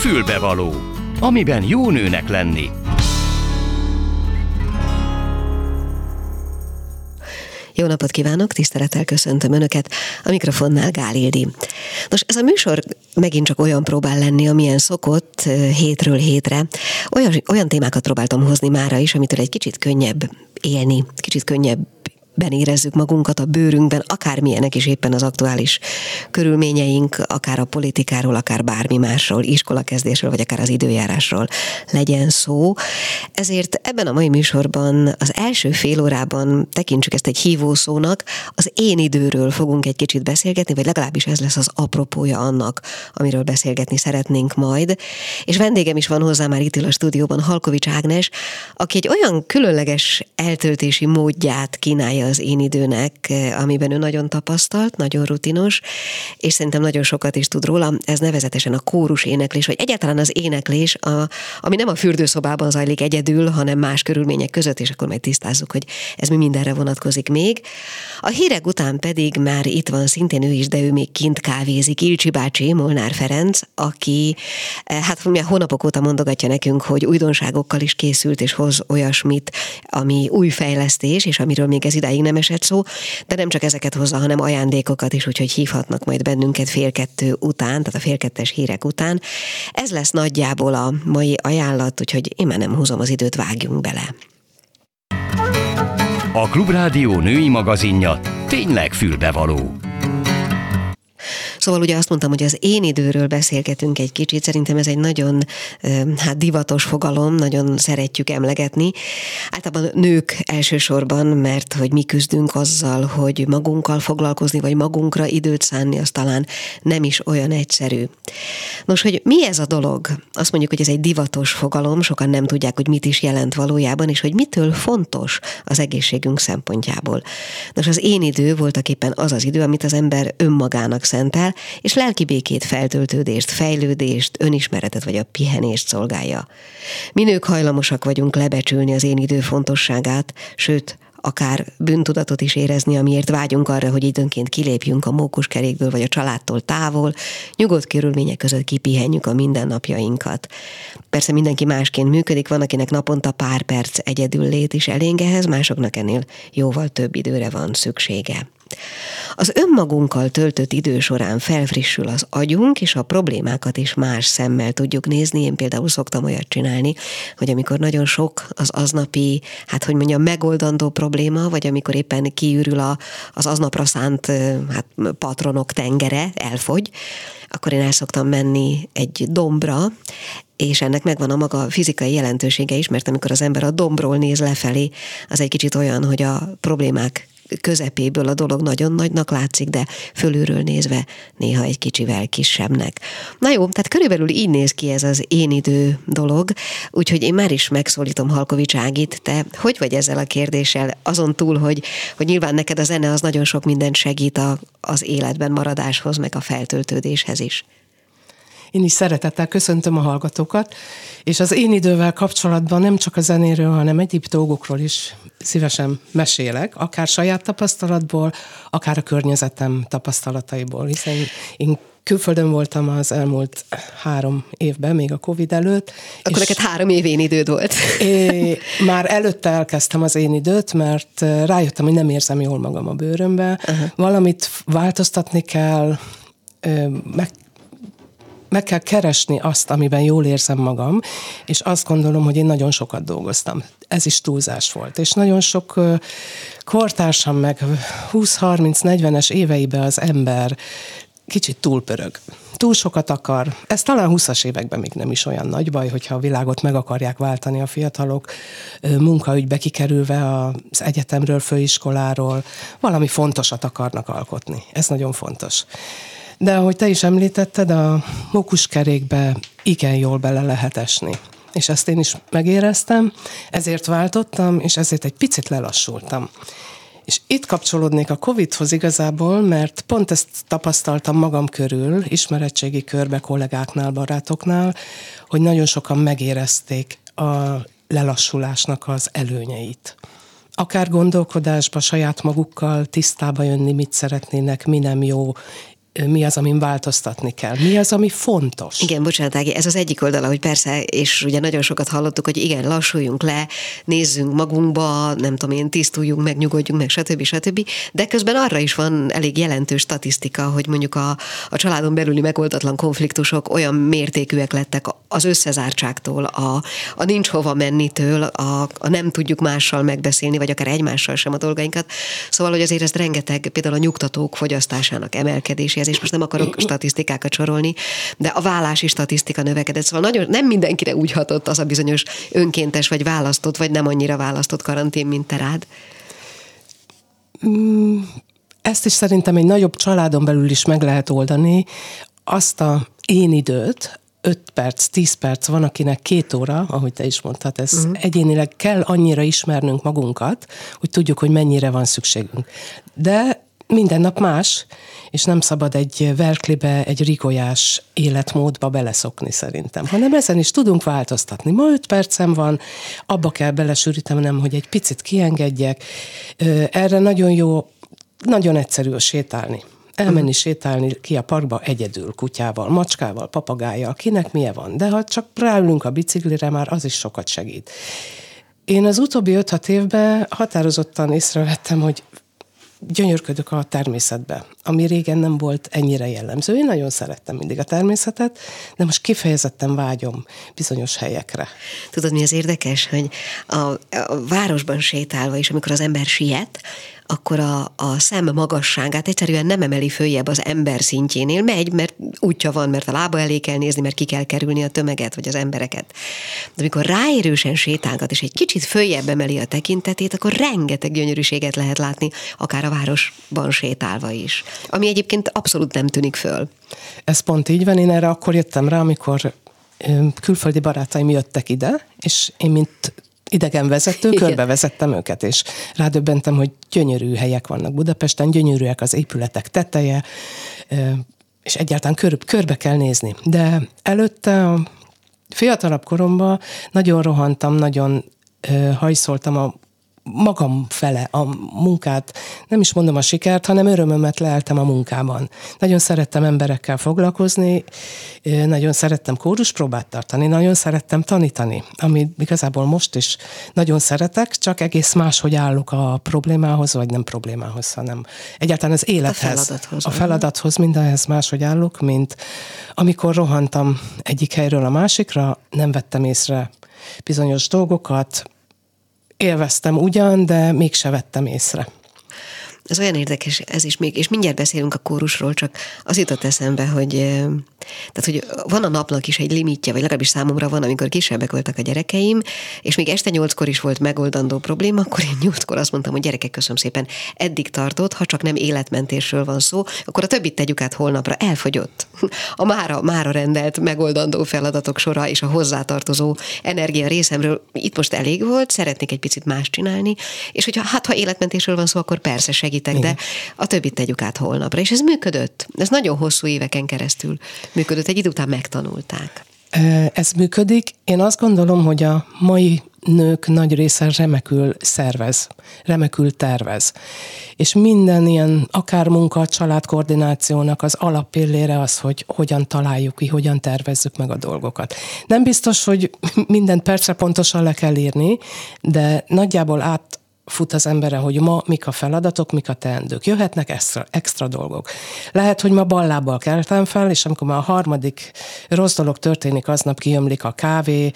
Fülbevaló, amiben jó nőnek lenni. Jó napot kívánok, tisztelettel köszöntöm Önöket, a mikrofonnál Gál Ildi. Nos, ez a műsor megint csak olyan próbál lenni, amilyen szokott hétről hétre. Olyan témákat próbáltam hozni mára is, amitől egy kicsit könnyebb élni, kicsit könnyebb érezzük magunkat a bőrünkben, akármilyenek is éppen az aktuális körülményeink, akár a politikáról, akár bármi másról, iskolakezdésről, vagy akár az időjárásról legyen szó. Ezért ebben a mai műsorban az első fél órában tekintsük ezt egy hívószónak, az én időről fogunk egy kicsit beszélgetni, vagy legalábbis ez lesz az apropója annak, amiről beszélgetni szeretnénk majd. És vendégem is van hozzá már itt a stúdióban, Halkovics Ágnes, aki egy olyan különleges eltöltési módját kínálja az én időnek, amiben ő nagyon tapasztalt, nagyon rutinos, és szerintem nagyon sokat is tud róla. Ez nevezetesen a kórus éneklés, vagy egyáltalán az éneklés, ami nem a fürdőszobában zajlik egyedül, hanem más körülmények között, és akkor majd tisztázzuk, hogy ez mi mindenre vonatkozik még. A hírek után pedig már itt van szintén ő is, de ő még kint kávézik, Ilcsi bácsi, Molnár Ferenc, aki hát hónapok óta mondogatja nekünk, hogy újdonságokkal is készült, és hoz olyasmit, ami új fejlesztés, és amiről még ez idáig nem esett szó, de nem csak ezeket hozza, hanem ajándékokat is, úgyhogy hívhatnak majd bennünket 1:30 után, tehát a 1:30 hírek után. Ez lesz nagyjából a mai ajánlat, úgyhogy én már nem húzom az időt, vágjunk bele. A Klubrádió női magazinja tényleg fülbevaló. Szóval ugye azt mondtam, hogy az én időről beszélgetünk egy kicsit, szerintem ez egy nagyon divatos fogalom, nagyon szeretjük emlegetni. Általában nők elsősorban, mert hogy mi küzdünk azzal, hogy magunkkal foglalkozni, vagy magunkra időt szánni, az talán nem is olyan egyszerű. Nos, hogy mi ez a dolog? Azt mondjuk, hogy ez egy divatos fogalom, sokan nem tudják, hogy mit is jelent valójában, és hogy mitől fontos az egészségünk szempontjából. Nos, az én idő voltaképpen az az idő, amit az ember önmagának szentel, és lelki békét, feltöltődést, fejlődést, önismeretet vagy a pihenést szolgálja. Mi nők hajlamosak vagyunk lebecsülni az én idő fontosságát, sőt, akár bűntudatot is érezni, amiért vágyunk arra, hogy időnként kilépjünk a mókuskerékből vagy a családtól távol, nyugodt körülmények között kipihenjük a mindennapjainkat. Persze mindenki másként működik, van, akinek naponta pár perc egyedüllét is elég ehhez, másoknak ennél jóval több időre van szüksége. Az önmagunkkal töltött idő során felfrissül az agyunk, és a problémákat is más szemmel tudjuk nézni. Én például szoktam olyat csinálni, hogy amikor nagyon sok az aznapi, megoldandó probléma, vagy amikor éppen kiürül az aznapra szánt patronok tengere, elfogy, akkor én el szoktam menni egy dombra, és ennek megvan a maga fizikai jelentősége is, mert amikor az ember a dombról néz lefelé, az egy kicsit olyan, hogy a problémák közepéből a dolog nagyon nagynak látszik, de fölülről nézve néha egy kicsivel kisebbnek. Na jó, tehát körülbelül így néz ki ez az én idő dolog, úgyhogy én már is megszólítom Halkovics Ágit, te hogy vagy ezzel a kérdéssel, azon túl, hogy nyilván neked a zene az nagyon sok mindent segít az életben maradáshoz, meg a feltöltődéshez is. Én is szeretettel köszöntöm a hallgatókat, és az én idővel kapcsolatban nem csak a zenéről, hanem egyéb dolgokról is szívesen mesélek, akár saját tapasztalatból, akár a környezetem tapasztalataiból, hiszen én külföldön voltam az elmúlt 3 évben, még a Covid előtt. Akkor neked 3 év én időd volt. Már előtte elkezdtem az én időt, mert rájöttem, hogy nem érzem jól magam a bőrömbe. Valamit változtatni kell, meg kell keresni azt, amiben jól érzem magam, és azt gondolom, hogy én nagyon sokat dolgoztam. Ez is túlzás volt. És nagyon sok kortársam meg 20-30-40-es éveiben az ember kicsit túlpörög. Túl sokat akar. Ez talán 20-as években még nem is olyan nagy baj, hogyha a világot meg akarják váltani a fiatalok, munkaügybe kikerülve az egyetemről, főiskoláról, valami fontosat akarnak alkotni. Ez nagyon fontos. De ahogy te is említetted, a mókuskerékbe igen jól bele lehet esni. És ezt én is megéreztem, ezért váltottam, és ezért egy picit lelassultam. És itt kapcsolódnék a Covid-hoz igazából, mert pont ezt tapasztaltam magam körül, ismeretségi körbe, kollégáknál, barátoknál, hogy nagyon sokan megérezték a lelassulásnak az előnyeit. Akár gondolkodásba, saját magukkal tisztába jönni, mit szeretnének, mi nem jó, mi az, amin változtatni kell, mi az, ami fontos. Igen, bocsánat, Ági, ez az egyik oldala, hogy persze, és ugye nagyon sokat hallottuk, hogy igen, lassuljunk le, nézzünk magunkba, nem tudom én, tisztuljunk meg, nyugodjunk meg, stb. De közben arra is van elég jelentős statisztika, hogy mondjuk a családon belüli megoldatlan konfliktusok olyan mértékűek lettek az összezártságtól, a nincs hova mennitől, a nem tudjuk mással megbeszélni, vagy akár egymással sem a dolgainkat. Szóval, hogy azért ez rengeteg, például a nyugtatók fogyasztásának emelkedéséhez, és most nem akarok statisztikákat sorolni, de a vállási statisztika növekedett. Szóval nagyon, nem mindenkire úgy hatott az a bizonyos önkéntes, vagy választott, vagy nem annyira választott karantén, mint te rád. Ezt is szerintem egy nagyobb családon belül is meg lehet oldani. Azt a én időt, 5 perc, 10 perc, van akinek 2 óra, ahogy te is mondtad, ez egyénileg kell annyira ismernünk magunkat, hogy tudjuk, hogy mennyire van szükségünk. De minden nap más, és nem szabad egy verklibe, egy rigolyás életmódba beleszokni szerintem, hanem ezen is tudunk változtatni. Ma 5 percem van, abba kell belesűrítenem, hogy egy picit kiengedjek. Erre nagyon jó, nagyon egyszerű sétálni. Elmenni sétálni ki a parkba egyedül, kutyával, macskával, papagájjal, kinek milyen van. De ha csak ráülünk a biciklire, már az is sokat segít. Én az utóbbi 5-6 évben határozottan észrevettem, hogy gyönyörködök a természetbe, ami régen nem volt ennyire jellemző. Én nagyon szerettem mindig a természetet, de most kifejezetten vágyom bizonyos helyekre. Tudod, mi az érdekes, hogy a városban sétálva is, amikor az ember siet, akkor a szem magasságát egyszerűen nem emeli följebb az ember szintjénél, megy, mert útja van, mert a lába elé kell nézni, mert ki kell kerülni a tömeget, vagy az embereket. De amikor ráérősen sétálgat, és egy kicsit följebb emeli a tekintetét, akkor rengeteg gyönyörűséget lehet látni, akár a városban sétálva is. Ami egyébként abszolút nem tűnik föl. Ez pont így van, én erre akkor jöttem rá, amikor külföldi barátaim jöttek ide, és én mint idegenvezető, körbevezettem őket, és rádöbbentem, hogy gyönyörű helyek vannak Budapesten, gyönyörűek az épületek teteje, és egyáltalán körbe kell nézni. De előtte a fiatalabb koromban nagyon rohantam, nagyon hajszoltam a magam fele a munkát, nem is mondom a sikert, hanem örömömet leltem a munkában. Nagyon szerettem emberekkel foglalkozni, nagyon szerettem kóruspróbát tartani, nagyon szerettem tanítani, amit igazából most is nagyon szeretek, csak egész máshogy állok a problémához, vagy nem problémához, hanem egyáltalán az élethez, a feladathoz mindenhez máshogy állok, mint amikor rohantam egyik helyről a másikra, nem vettem észre bizonyos dolgokat, élveztem ugyan, de mégse vettem észre. Ez olyan érdekes, ez is még, és mindjárt beszélünk a kórusról, csak az jutott eszembe, hogy van a napnak is egy limitje, vagy legalábbis számomra van, amikor kisebbek voltak a gyerekeim, és még este 8-kor is volt megoldandó probléma, akkor én 8-kor azt mondtam, hogy gyerekek, köszönöm szépen, eddig tartott, ha csak nem életmentésről van szó, akkor a többit tegyük át holnapra, elfogyott. A mára rendelt megoldandó feladatok sora és a hozzátartozó energia részemről itt most elég volt, szeretnék egy picit más csinálni, és hogyha ha életmentésről van szó, akkor persze segítek, de a többit tegyük át holnapra. És ez működött. Ez nagyon hosszú éveken keresztül működött. Egy idő után megtanulták. Ez működik. Én azt gondolom, hogy a mai nők nagy része remekül szervez, remekül tervez. És minden ilyen, akár munka, családkoordinációnak az alappillére az, hogy hogyan találjuk ki, hogyan tervezzük meg a dolgokat. Nem biztos, hogy mindent percre pontosan le kell írni, de nagyjából átfut az emberre, hogy ma mik a feladatok, mik a teendők. Jöhetnek extra dolgok. Lehet, hogy ma ballábbal keltem fel, és amikor már a harmadik rossz dolog történik, aznap kiömlik a kávé,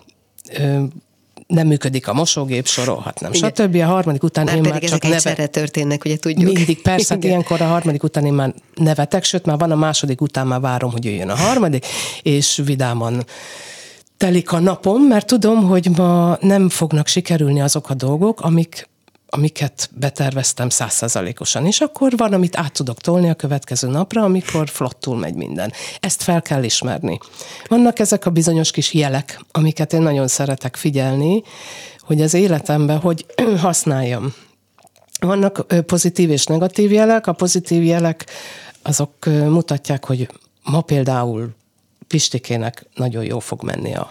nem működik a mosógép, sorolhatnám. Stb. A harmadik után én már csak egyszerre történnek, ugye tudjuk. Mindig, persze, ilyenkor a harmadik után én már nevetek, sőt, már van a második után, már várom, hogy jöjjön a harmadik, és vidáman telik a napom, mert tudom, hogy ma nem fognak sikerülni azok a dolgok, amiket beterveztem 100%-osan, és akkor van, amit át tudok tolni a következő napra, amikor flottul megy minden. Ezt fel kell ismerni. Vannak ezek a bizonyos kis jelek, amiket én nagyon szeretek figyelni, hogy az életemben hogy használjam. Vannak pozitív és negatív jelek. A pozitív jelek azok mutatják, hogy ma például Pistikének nagyon jól fog menni a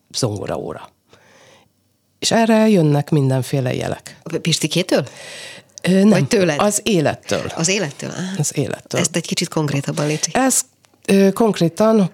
zongoraóra. És erre jönnek mindenféle jelek. Pistikétől? Nem, vagy tőled? Az élettől. Az élettől? Az élettől. Ezt egy kicsit konkrétabban létszik. Ez konkrétan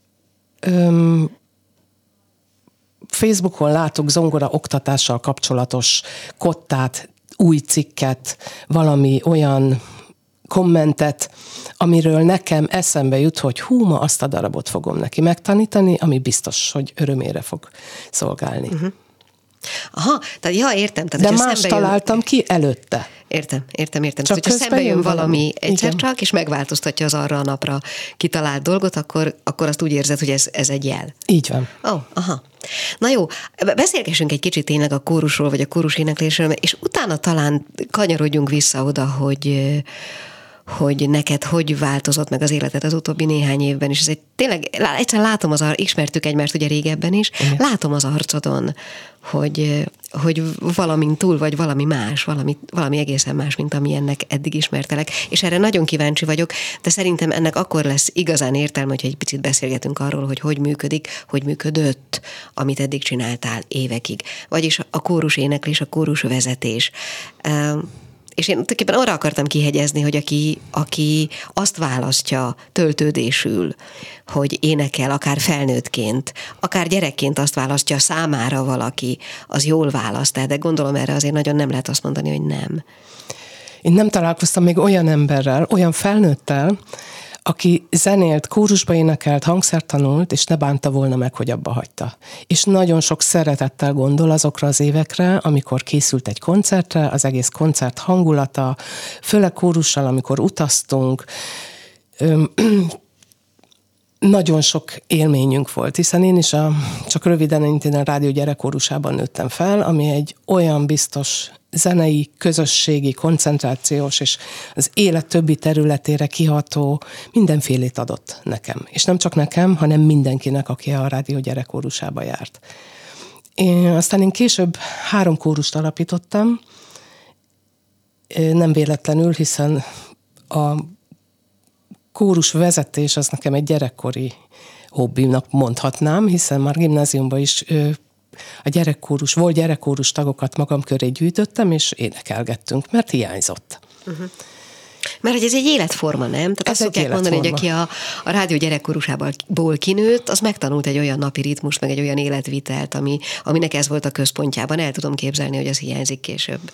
Facebookon látok zongora oktatással kapcsolatos kottát, új cikket, valami olyan kommentet, amiről nekem eszembe jut, hogy ma azt a darabot fogom neki megtanítani, ami biztos, hogy örömére fog szolgálni. Uh-huh. Aha, tehát értem. Tehát, de más találtam ki előtte. Értem. Csak tehát, hogyha szembe jön valami egyszer igen. csak, és megváltoztatja az arra a napra kitalált dolgot, akkor azt úgy érzed, hogy ez egy jel. Így van. Aha. Na jó, beszélgessünk egy kicsit tényleg a kórusról, vagy a kórus éneklésről, és utána talán kanyarodjunk vissza oda, hogy neked hogy változott meg az életed az utóbbi néhány évben, és ez egy tényleg, egyszerűen látom ismertük egymást ugye régebben is, igen. Látom az arcodon, hogy valamin túl vagy valami más, valami egészen más, mint ami ennek eddig ismertelek, és erre nagyon kíváncsi vagyok, de szerintem ennek akkor lesz igazán értelme, hogyha egy picit beszélgetünk arról, hogy működik, hogy működött, amit eddig csináltál évekig. Vagyis a kórus éneklés, a kórus vezetés. És én tulajdonképpen arra akartam kihegyezni, hogy aki azt választja töltődésül, hogy énekel, akár felnőttként, akár gyerekként azt választja számára valaki, az jól választ, de gondolom erre azért nagyon nem lehet azt mondani, hogy nem. Én nem találkoztam még olyan emberrel, olyan felnőttel, aki zenélt, kórusba énekelt, hangszert tanult, és ne bánta volna meg, hogy abba hagyta. És nagyon sok szeretettel gondol azokra az évekre, amikor készült egy koncertre, az egész koncert hangulata, főleg kórussal, amikor utaztunk, nagyon sok élményünk volt, hiszen én is csak röviden én a rádió gyerekkórusában nőttem fel, ami egy olyan biztos zenei, közösségi, koncentrációs és az élet többi területére kiható mindenfélét adott nekem. És nem csak nekem, hanem mindenkinek, aki a rádió gyerekkórusába járt. Aztán én később 3 kórust alapítottam, nem véletlenül, hiszen a kórus vezetés az nekem egy gyerekkori hobbinak mondhatnám, hiszen már gimnáziumban is volt gyerekkórus tagokat magam köré gyűjtöttem, és énekelgettünk, mert hiányzott. Uh-huh. Mert hogy ez egy életforma, nem? Tehát azt szokják mondani, hogy aki a rádió gyerekkórusából kinőtt, az megtanult egy olyan napi ritmust, meg egy olyan életvitelt, aminek ez volt a központjában. El tudom képzelni, hogy az hiányzik később.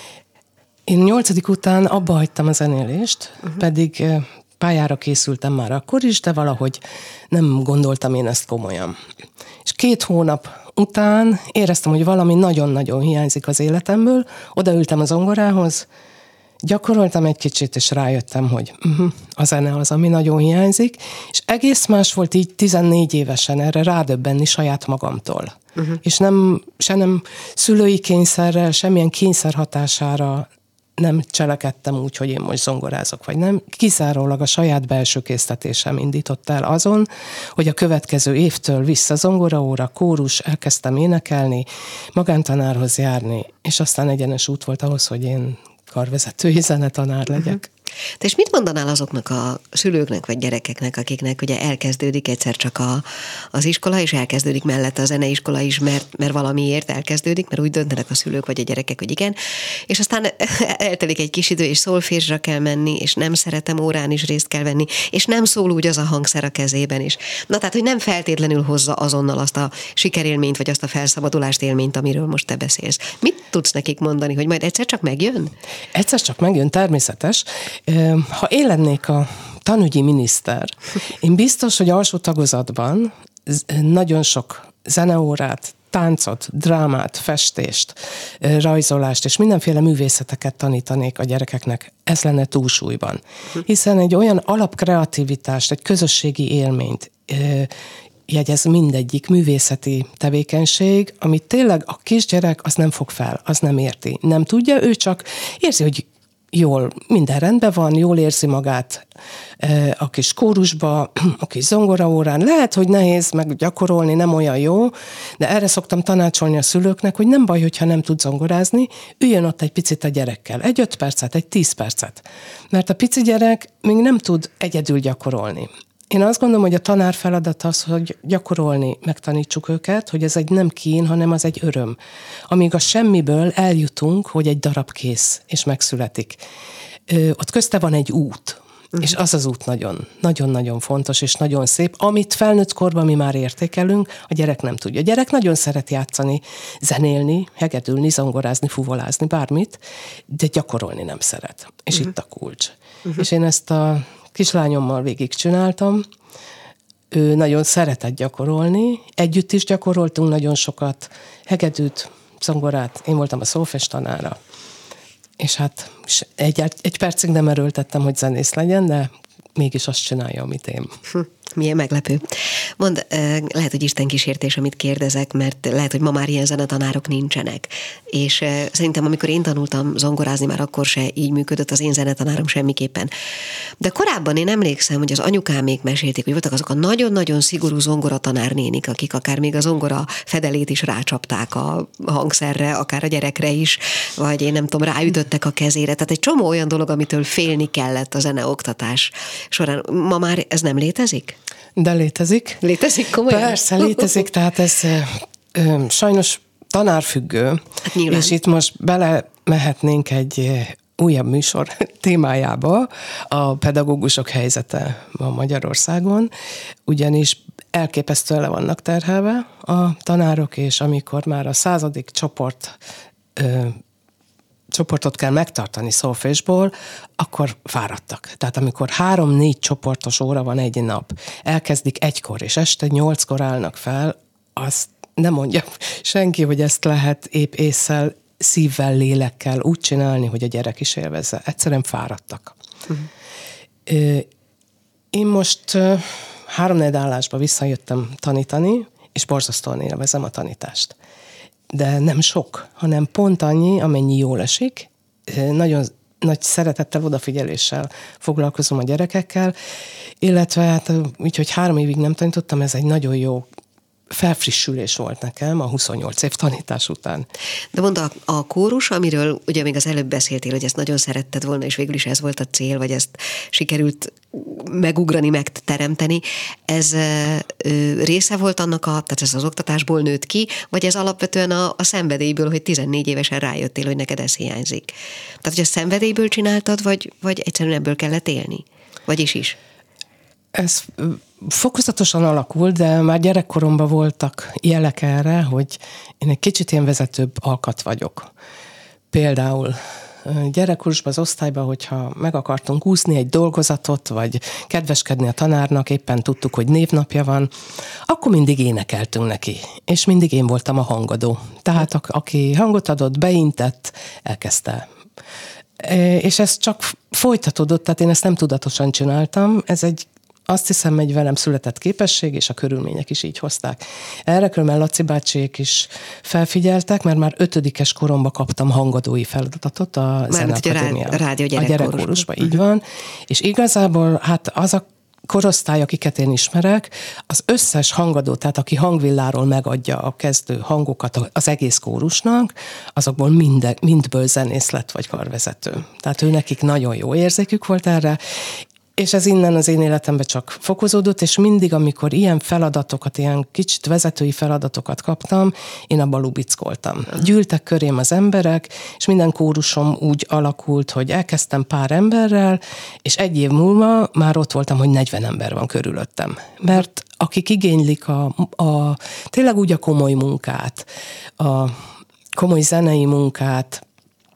Én 8. után abba hagytam a zenélést, pedig pályára készültem már akkor is, de valahogy nem gondoltam én ezt komolyan. És 2 hónap után éreztem, hogy valami nagyon-nagyon hiányzik az életemből, odaültem a zongorához, gyakoroltam egy kicsit, és rájöttem, hogy a zene az, ami nagyon hiányzik, és egész más volt így 14 évesen erre rádöbbenni saját magamtól. És nem szülői kényszerrel, semmilyen kényszer hatására nem cselekedtem úgy, hogy én most zongorázok, vagy nem. Kizárólag a saját belső késztetésem indított el azon, hogy a következő évtől vissza zongoraóra, kórus, elkezdtem énekelni, magántanárhoz járni, és aztán egyenes út volt ahhoz, hogy én karvezetői zenetanár legyek. Te és mit mondanál azoknak a szülőknek vagy gyerekeknek, akiknek ugye elkezdődik egyszer csak az iskola, és elkezdődik mellette a zeneiskola is, mert valamiért elkezdődik, mert úgy döntenek a szülők vagy a gyerekek, hogy igen, és aztán eltelik egy kis idő, és szolfésra kell menni, és nem szeretem órán is részt kell venni, és nem szól úgy az a hangszer a kezében is. Na tehát, hogy nem feltétlenül hozza azonnal azt a sikerélményt, vagy azt a felszabadulást élményt, amiről most te beszélsz. Mit tudsz nekik mondani, hogy majd egyszer csak megjön? Egyszer csak megjön, természetes. Ha én lennék a tanügyi miniszter, én biztos, hogy alsó tagozatban nagyon sok zeneórát, táncot, drámát, festést, rajzolást és mindenféle művészeteket tanítanék a gyerekeknek. Ez lenne túlsúlyban. Hiszen egy olyan alapkreativitást, egy közösségi élményt jegyez mindegyik művészeti tevékenység, amit tényleg a kisgyerek az nem fog fel, az nem érti. Nem tudja, ő csak érzi, hogy jól, minden rendben van, jól érzi magát a kis kórusba, a kis zongoraórán. Lehet, hogy nehéz meg gyakorolni, nem olyan jó, de erre szoktam tanácsolni a szülőknek, hogy nem baj, hogyha nem tud zongorázni, üljön ott egy picit a gyerekkel. Egy 5 percet, egy 10 percet. Mert a pici gyerek még nem tud egyedül gyakorolni. Én azt gondolom, hogy a tanár feladat az, hogy gyakorolni, megtanítsuk őket, hogy ez egy nem kín, hanem az egy öröm. Amíg a semmiből eljutunk, hogy egy darab kész, és megszületik. Ott közte van egy út, és az az út nagyon-nagyon fontos, és nagyon szép. Amit felnőtt korban mi már értékelünk, a gyerek nem tudja. A gyerek nagyon szeret játszani, zenélni, hegedülni, zongorázni, fuvolázni, bármit, de gyakorolni nem szeret. És itt a kulcs. És én ezt a kislányommal végigcsináltam. Ő nagyon szeretett gyakorolni. Együtt is gyakoroltunk nagyon sokat. Hegedűt, zongorát. Én voltam a szólfés tanára. És hát egy percig nem erőltettem, hogy zenész legyen, de mégis azt csinálja, amit én. Milyen meglepő. Mondd, lehet, hogy Isten kísértés, amit kérdezek, mert lehet, hogy ma már ilyen zenetanárok nincsenek. És szerintem, amikor én tanultam zongorázni, már akkor se így működött az én zenetanárom semmiképpen. De korábban én emlékszem, hogy az anyukámék mesélték, hogy voltak azok a nagyon-nagyon szigorú zongoratanárnénik, akik akár még a zongora fedelét is rácsapták a hangszerre, akár a gyerekre is, vagy én nem tudom, ráütöttek a kezére. Tehát egy csomó olyan dolog, amitől félni kellett a zeneoktatás során. Ma már ez nem létezik? De létezik. Létezik komolyan? Persze, létezik, tehát ez sajnos tanárfüggő, hát és itt most belemehetnénk egy újabb műsor témájába, a pedagógusok helyzete ma Magyarországon, ugyanis elképesztően le vannak terhelve a tanárok, és amikor már a 100. csoportot kell megtartani szolfésból, akkor fáradtak. Tehát amikor 3-4 csoportos óra van egy nap, elkezdik 1-kor, és este 8-kor állnak fel, azt nem mondja senki, hogy ezt lehet épp ésszel, szívvel, lélekkel úgy csinálni, hogy a gyerek is élvezze. Egyszerűen fáradtak. Én most 3-4 állásba visszajöttem tanítani, és borzasztóan élvezem a tanítást. De nem sok, hanem pont annyi, amennyi jól esik. Nagyon nagy szeretettel, odafigyeléssel foglalkozom a gyerekekkel, illetve hát úgyhogy 3 évig nem tanítottam, ez egy nagyon jó felfrissülés volt nekem a 28 év tanítás után. De mondd, a kórus, amiről ugye még az előbb beszéltél, hogy ezt nagyon szeretted volna, és végül is ez volt a cél, vagy ezt sikerült megugrani, megteremteni, ez része volt annak, tehát ez az oktatásból nőtt ki, vagy ez alapvetően a szenvedélyből, hogy 14 évesen rájöttél, hogy neked ez hiányzik? Tehát, hogy a szenvedélyből csináltad, vagy egyszerűen ebből kellett élni? Vagyis is? Ez fokozatosan alakul, de már gyerekkoromban voltak jelek erre, hogy én egy kicsit ilyen vezetőbb alkat vagyok. Például gyerekkorusban az osztályban, hogyha meg akartunk úszni egy dolgozatot, vagy kedveskedni a tanárnak, éppen tudtuk, hogy névnapja van, akkor mindig énekeltünk neki, és mindig én voltam a hangadó. Tehát aki hangot adott, beintett, elkezdte. És ez csak folytatódott, tehát én ezt nem tudatosan csináltam, ez azt hiszem, egy velem született képesség, és a körülmények is így hozták. Erre különben Laci bácsiék is felfigyeltek, mert már 5. koromban kaptam hangadói feladatot a Zeneakadémián. A gyerekkórusban, így van. És igazából hát az a korosztály, akiket én ismerek, az összes hangadó, tehát aki hangvilláról megadja a kezdő hangokat az egész kórusnak, azokból mindből zenész lett vagy karvezető. Tehát ő nekik nagyon jó érzékük volt erre, és ez innen az én életemben csak fokozódott, és mindig, amikor ilyen feladatokat, ilyen kicsit vezetői feladatokat kaptam, én abban lubickoltam. Gyűltek körém az emberek, és minden kórusom úgy alakult, hogy elkezdtem pár emberrel, és 1 év múlva már ott voltam, hogy 40 ember van körülöttem. Mert akik igénylik tényleg úgy a komoly munkát, a komoly zenei munkát,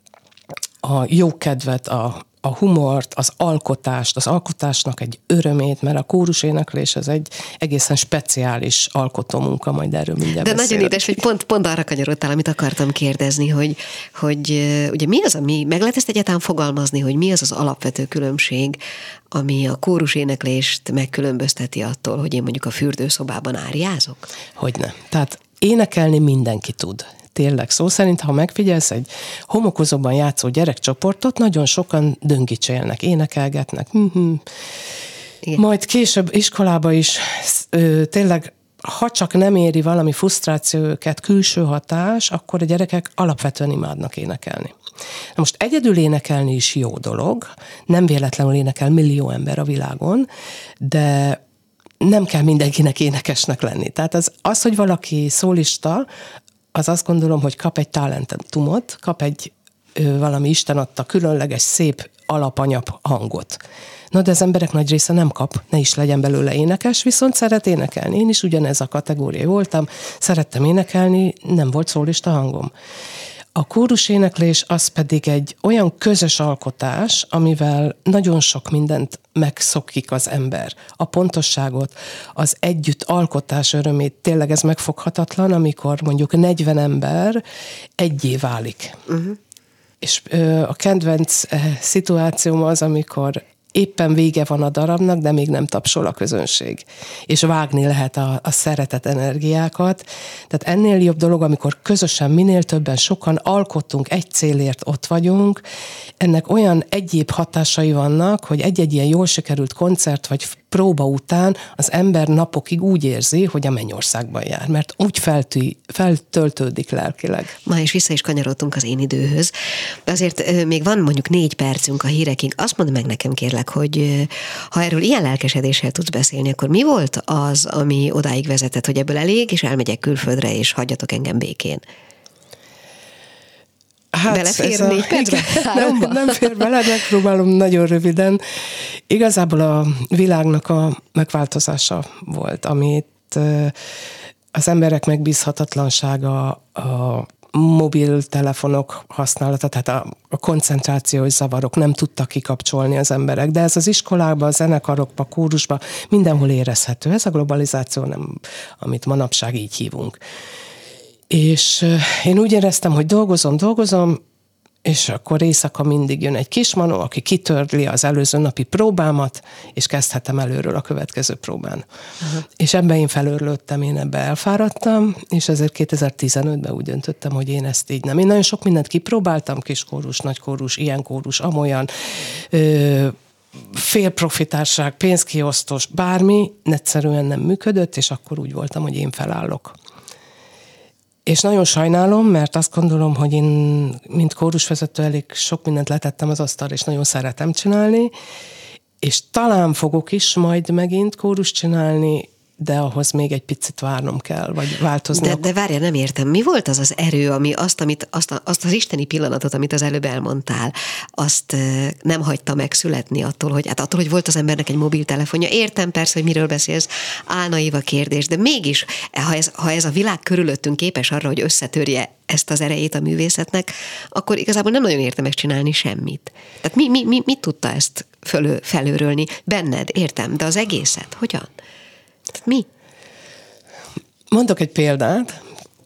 a jókedvet, a humort, az alkotást, az alkotásnak egy örömét, mert a kóruséneklés az egy egészen speciális alkotómunka, majd erről mindjárt De nagyon édes, hogy pont arra kanyarodtál, amit akartam kérdezni, hogy ugye mi az, ami, meg lehet ezt egyáltalán fogalmazni, hogy mi az az alapvető különbség, ami a kóruséneklést megkülönbözteti attól, hogy én mondjuk a fürdőszobában áriázok? Hogyne. Tehát énekelni mindenki tud. Tényleg szó szerint, ha megfigyelsz egy homokozóban játszó gyerekcsoportot, nagyon sokan döngicsélnek, énekelgetnek. Majd később iskolába is tényleg, ha csak nem éri valami frusztráció őket, külső hatás, akkor a gyerekek alapvetően imádnak énekelni. Na most egyedül énekelni is jó dolog, nem véletlenül énekel millió ember a világon, de nem kell mindenkinek énekesnek lenni. Tehát az, hogy valaki szólista, az azt gondolom, hogy kap egy talentumot, kap egy valami Isten adta különleges, szép alapanyag hangot. Na, de az emberek nagy része nem kap, ne is legyen belőle énekes, viszont szeret énekelni. Én is ugyanez a kategória voltam, szerettem énekelni, nem volt szólista hangom. A kóruséneklés az pedig egy olyan közös alkotás, amivel nagyon sok mindent megszokik az ember. A pontosságot, az együtt alkotás örömét, tényleg ez megfoghatatlan, amikor mondjuk 40 ember egyé válik. Uh-huh. És a kedvenc szituációm az, amikor éppen vége van a darabnak, de még nem tapsol a közönség. És vágni lehet a szeretet energiákat. Tehát ennél jobb dolog, amikor közösen, minél többen, sokan alkottunk, egy célért ott vagyunk. Ennek olyan egyéb hatásai vannak, hogy egy-egy ilyen jól sikerült koncert vagy próba után az ember napokig úgy érzi, hogy a mennyországban jár, mert úgy feltöltődik lelkileg. Ma is vissza is kanyarodtunk az én időhöz. De azért még van mondjuk 4 percünk a hírekig. Azt mondd meg nekem, kérlek, hogy ha erről ilyen lelkesedéssel tudsz beszélni, akkor mi volt az, ami odáig vezetett, hogy ebből elég, és elmegyek külföldre, és hagyjatok engem békén? Hát belefér 4 percre? Nem fér bele, megpróbálom nagyon röviden. Igazából a világnak a megváltozása volt, amit az emberek megbízhatatlansága, a mobiltelefonok használata, tehát a koncentrációs zavarok, nem tudtak kikapcsolni az emberek, de ez az iskolában, a zenekarokban, kórusban mindenhol érezhető. Ez a globalizáció, nem, amit manapság így hívunk. És én úgy éreztem, hogy dolgozom, és akkor éjszaka mindig jön egy kismanó, aki kitörli az előző napi próbámat, és kezdhetem előről a következő próbán. Uh-huh. És ebben én felőrlődtem, én ebbe elfáradtam, és ezért 2015-ben úgy döntöttem, hogy én ezt így nem. Én nagyon sok mindent kipróbáltam, kiskórus, nagykórus, ilyen kórus, amolyan, félprofitárság, pénzkiosztós, bármi, egyszerűen nem működött, és akkor úgy voltam, hogy én felállok. És nagyon sajnálom, mert azt gondolom, hogy én, mint kórusvezető, elég sok mindent letettem az asztalra, és nagyon szeretem csinálni, és talán fogok is majd megint kórus csinálni, de ahhoz még egy picit várnom kell, vagy változni. De várja, nem értem. Mi volt az az erő, ami azt az isteni pillanatot, amit az előbb elmondtál, azt nem hagyta megszületni attól, hogy volt az embernek egy mobiltelefonja. Értem persze, hogy miről beszélsz, álnaív a kérdés, de mégis, ha ez a világ körülöttünk képes arra, hogy összetörje ezt az erejét a művészetnek, akkor igazából nem nagyon érte megcsinálni semmit. Tehát mit tudta ezt felőrölni? Benned, értem, de az egészet hogyan? Mi? Mondok egy példát.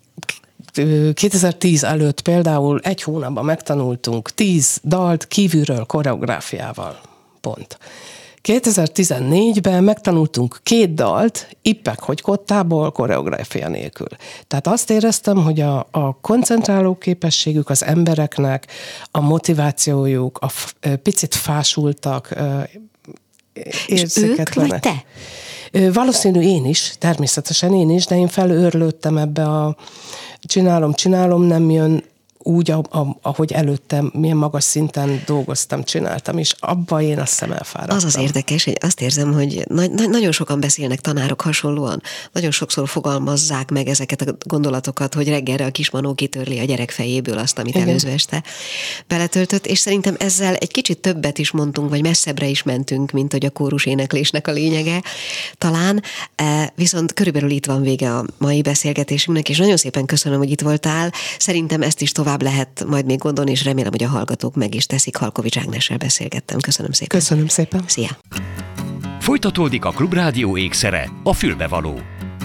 2010 előtt például 1 hónapban megtanultunk 10 dalt kívülről koreográfiával. Pont. 2014-ben megtanultunk 2 dalt, ippek, hogy kottából, koreográfia nélkül. Tehát azt éreztem, hogy a koncentráló képességük az embereknek, a motivációjuk, a picit fásultak, érzéketlenek. Ők vagy te? Valószínű én is, természetesen én is, de én felőrlődtem ebbe a csinálom, nem jön úgy, ahogy előttem, milyen magas szinten dolgoztam, csináltam, és abban én azt hiszem elfáradtam. Az érdekes, hogy azt érzem, hogy nagyon sokan beszélnek tanárok hasonlóan, nagyon sokszor fogalmazzák meg ezeket a gondolatokat, hogy reggelre a kismanó kitörli a gyerek fejéből azt, amit előző este beletöltött, és szerintem ezzel egy kicsit többet is mondtunk, vagy messzebbre is mentünk, mint hogy a kórus éneklésnek a lényege talán, viszont körülbelül itt van vége a mai beszélgetésünknek, és nagyon szépen köszönöm, hogy itt voltál. Szerintem ezt is tovább lehet majd még gondolni, és remélem, hogy a hallgatók meg is teszik. Halkovics Ágnessel beszélgettem. Köszönöm szépen. Köszönöm szépen. Szia. Folytatódik a Klubrádió ékszere, a fülbevaló.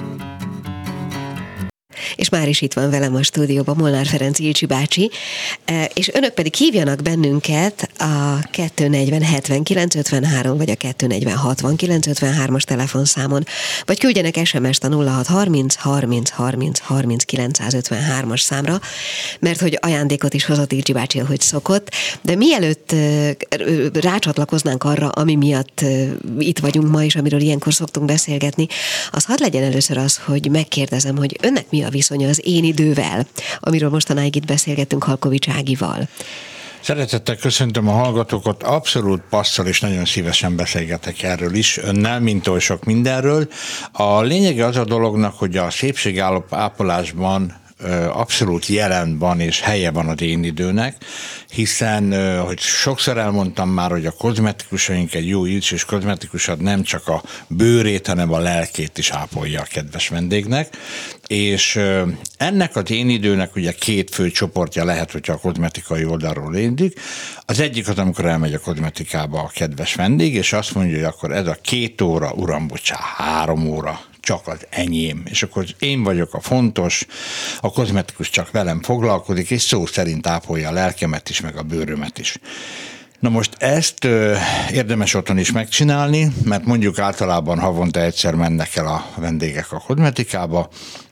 És már is itt van velem a stúdióban Molnár Ferenc Ilcsi bácsi, és önök pedig hívjanak bennünket a 240 79 53 vagy a 240 69 53-as telefonszámon, vagy küldjenek SMS-t a 06 30 30 30 30 953-as számra, mert hogy ajándékot is hozott Ilcsi bácsi, ahogy szokott, de mielőtt rácsatlakoznánk arra, ami miatt itt vagyunk ma, és amiről ilyenkor szoktunk beszélgetni, az hadd legyen először az, hogy megkérdezem, hogy önnek mi a viszonya az én idővel, amiről mostanáig itt beszélgettünk Halkovics Ágival. Szeretettel köszöntöm a hallgatókat, abszolút passzol és nagyon szívesen beszélgetek erről is önnel, mint oly sok mindenről. A lényege az a dolognak, hogy a szépségápolásban abszolút jelen van és helye van az én időnek, hiszen, hogy sokszor elmondtam már, hogy a kozmetikusaink, egy jó ízlés kozmetikusat nem csak a bőrét, hanem a lelkét is ápolja a kedves vendégnek, és ennek az én időnek ugye két fő csoportja lehet, hogyha a kozmetikai oldalról indít. Az egyik az, amikor elmegy a kozmetikába a kedves vendég, és azt mondja, hogy akkor ez a 2 óra, uram, bocsá, 3 óra, csak az enyém. És akkor én vagyok a fontos, a kozmetikus csak velem foglalkozik, és szó szerint ápolja a lelkemet is, meg a bőrömet is. Na most ezt érdemes otthon is megcsinálni, mert mondjuk általában havonta egyszer mennek el a vendégek a kozmetikába,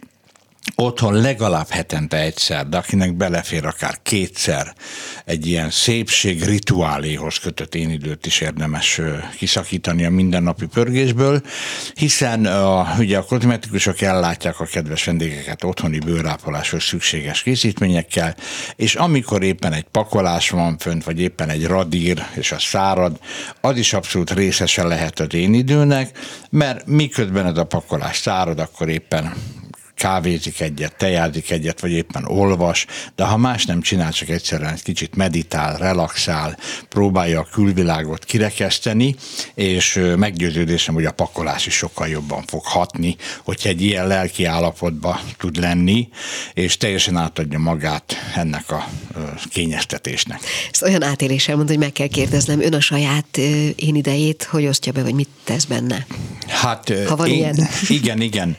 otthon legalább hetente egyszer, de akinek belefér akár 2-szer egy ilyen szépség rituáléhoz kötött én időt is érdemes kiszakítani a mindennapi pörgésből, hiszen ugye a kozmetikusok ellátják a kedves vendégeket otthoni bőrápoláshoz szükséges készítményekkel, és amikor éppen egy pakolás van fönt, vagy éppen egy radír, és az szárad, az is abszolút részese lehet az én időnek, mert miközben ez a pakolás szárad, akkor éppen kávézik egyet, tejázik egyet, vagy éppen olvas, de ha más nem csinál, csak egyszerűen egy kicsit meditál, relaxál, próbálja a külvilágot kirekeszteni, és meggyőződésem, hogy a pakolás is sokkal jobban fog hatni, hogyha egy ilyen lelki állapotba tud lenni, és teljesen átadja magát ennek a kényeztetésnek. Ezt olyan átéléssel mondta, hogy meg kell kérdeznem, ön a saját én idejét hogy osztja be, vagy mit tesz benne? Hát ha van ilyen. Igen.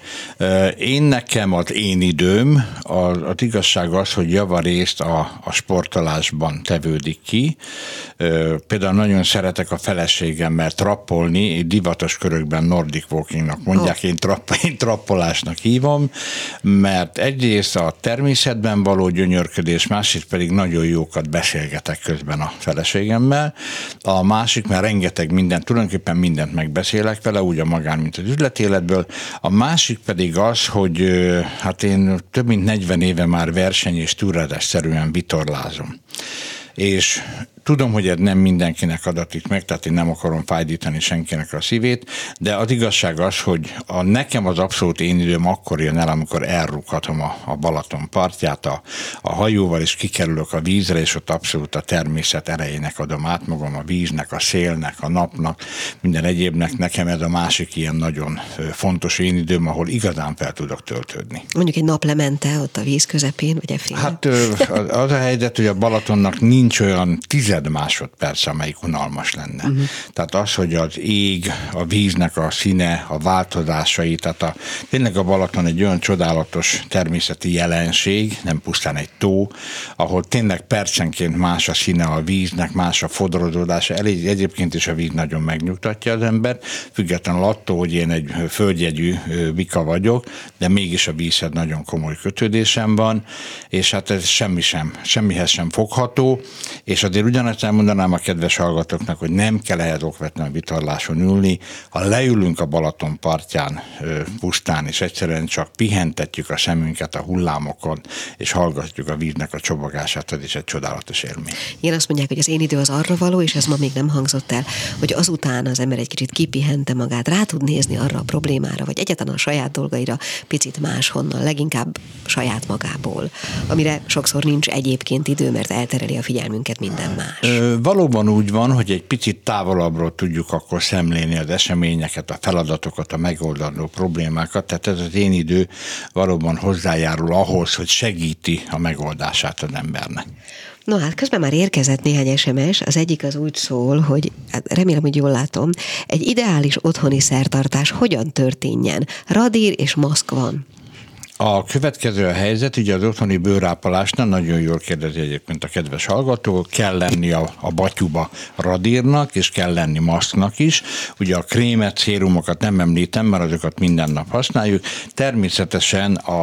Nekem az én időm, az igazság az, hogy javarészt a sportolásban tevődik ki. Például nagyon szeretek a feleségemmel trappolni, divatos körökben Nordic walkingnak mondják, én trappolásnak hívom, mert egyrészt a természetben való gyönyörködés, másrészt pedig nagyon jókat beszélgetek közben a feleségemmel. A másik, mert rengeteg mindent, tulajdonképpen mindent megbeszélek vele, úgy a magán, mint az üzletéletből. A másik pedig az, hogy hát én több mint 40 éve már verseny- és túrázásszerűen vitorlázom. És tudom, hogy ez nem mindenkinek adatik meg, tehát én nem akarom fájdítani senkinek a szívét, de az igazság az, hogy nekem az abszolút én időm akkor jön el, amikor elrúghatom a Balaton partját a hajóval, és kikerülök a vízre, és ott abszolút a természet erejének adom át magam, a víznek, a szélnek, a napnak, minden egyébnek. Nekem ez a másik ilyen nagyon fontos én időm, ahol igazán fel tudok töltődni. Mondjuk egy naplemente ott a víz közepén, vagy efféle? Hát az a helyzet, hogy a Balatonnak nincs olyan 10 másodperc, amelyik unalmas lenne. Tehát az, hogy az ég, a víznek a színe, a változásai, tehát tényleg a Balaton egy olyan csodálatos természeti jelenség, nem pusztán egy tó, ahol tényleg percenként más a színe a víznek, más a fodrozódása. Egyébként is a víz nagyon megnyugtatja az embert, függetlenül attól, hogy én egy földjegyű bika vagyok, de mégis a vízhez nagyon komoly kötődésem van, és hát ez semmihez sem fogható, és azért ugyanazt elmondanám a kedves hallgatóknak, hogy nem kell ehhez okvetlen vitorláson ülni. Ha leülünk a Balaton partján pusztán, és egyszerűen csak pihentetjük a szemünket a hullámokon, és hallgatjuk a víznek a csobogását, ez is egy csodálatos élmény. Igen, azt mondják, hogy az én idő az arra való, és ez ma még nem hangzott el, hogy azután az ember egy kicsit kipihente magát, rá tud nézni arra a problémára, vagy egyáltalán a saját dolgaira picit máshonnan, leginkább saját magából, amire sokszor nincs egyébként idő, mert eltereli a figyelmünket minden más. Valóban úgy van, hogy egy picit távolabbról tudjuk akkor szemlélni az eseményeket, a feladatokat, a megoldandó problémákat, tehát ez az én idő valóban hozzájárul ahhoz, hogy segíti a megoldását az embernek. No hát közben már érkezett néhány SMS, az egyik az úgy szól, hogy hát remélem, hogy jól látom, egy ideális otthoni szertartás hogyan történjen? Radír és maszk van. A következő a helyzet, ugye az otthoni bőrápolásnál, nagyon jól kérdezi egyébként a kedves hallgató, kell lenni a batyuba radírnak, és kell lenni maszknak is. Ugye a krémet, szérumokat nem említem, mert azokat minden nap használjuk. Természetesen a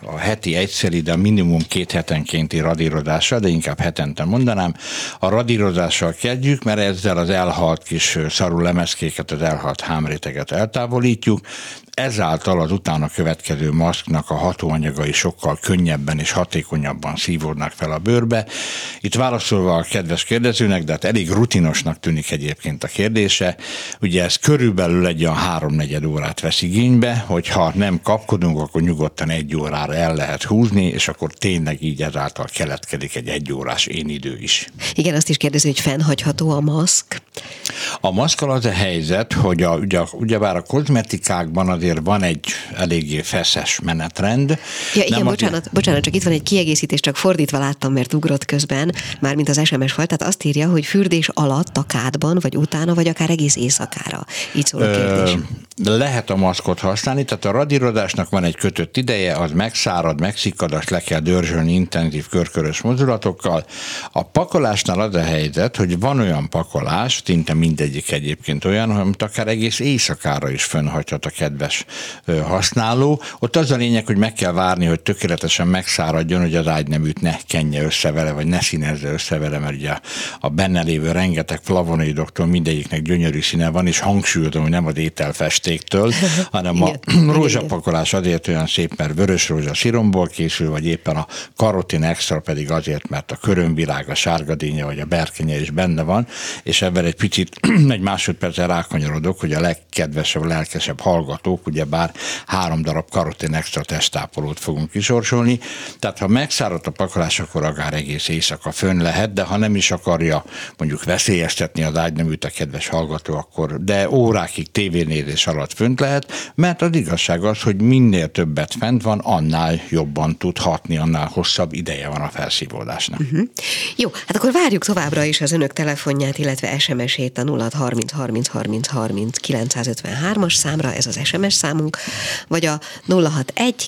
a heti egyszeri, de minimum 2 hetenkénti radírozással, de inkább hetente mondanám. A radírozással kezdjük, mert ezzel az elhalt kis szarú lemezkéket, az elhalt hámréteget eltávolítjuk. Ezáltal az utána következő maszknak a hatóanyagai sokkal könnyebben és hatékonyabban szívódnak fel a bőrbe. Itt válaszolva a kedves kérdezőnek, de hát elég rutinosnak tűnik egyébként a kérdése. Ugye ez körülbelül egy olyan 3-4 órát vesz igénybe, hogyha nem kapkodunk, akkor nyugodtan 1 órára el lehet húzni, és akkor tényleg így ezáltal keletkezik egy 1 órás énidő is. Igen, azt is kérdezi, hogy fennhagyható a maszk? A maszkkal az a helyzet, hogy ugyebár a kozmetikákban azért van egy eléggé feszes menetrend. Ja, igen, bocsánat, csak itt van egy kiegészítés, csak fordítva láttam, mert ugrott közben, mármint az SMS volt, tehát azt írja, hogy fürdés alatt a kádban, vagy utána, vagy akár egész éjszakára. Így szól a kérdés. Lehet a maszkot használni, tehát a radírozásnak van egy kötött ideje, az megszárad, megszikkad, azt le kell dörzsölni intenzív körkörös mozdulatokkal. A pakolásnál az a helyzet, hogy van olyan pakolás, szinte mindegyik egyébként olyan, amit akár egész éjszakára is fönnhagyhat a kedves használó. Ott az a lényeg, hogy meg kell várni, hogy tökéletesen megszáradjon, hogy az ágyneműt ne kenje össze vele, vagy ne színezze össze vele, mert ugye a benne lévő rengeteg flavonoidoktól mindegyiknek gyönyörű színe van, és hangsúlyozom, hogy nem az ételfestéktől, hanem a rózsapakolás azért olyan szép, mert vörös rózsa sziromból készül, vagy éppen a karotin extra pedig azért, mert a körömvirág, a sárgadínya vagy a berkenye is benne van, és ebben egy picit egy másodpercre rákanyarodok, hogy a legkedvesebb, lelkesebb hallgatók, ugyebár 3 darab karotin extra testápolót fogunk kisorsolni, tehát ha megszáradt a pakolás, akkor akár egész éjszaka fönn lehet, de ha nem is akarja mondjuk veszélyeztetni az ágyneműt a kedves hallgató, akkor de órákig tévénézés alatt fönt lehet, mert az igazság az, hogy minél többet fent van, annál jobban tud hatni, annál hosszabb ideje van a felszívódásnak. Jó, hát akkor várjuk továbbra is az önök telefonját, illetve SMS-ét a 0630 30 30 30 953-as számra, ez az SMS számunk, vagy a 061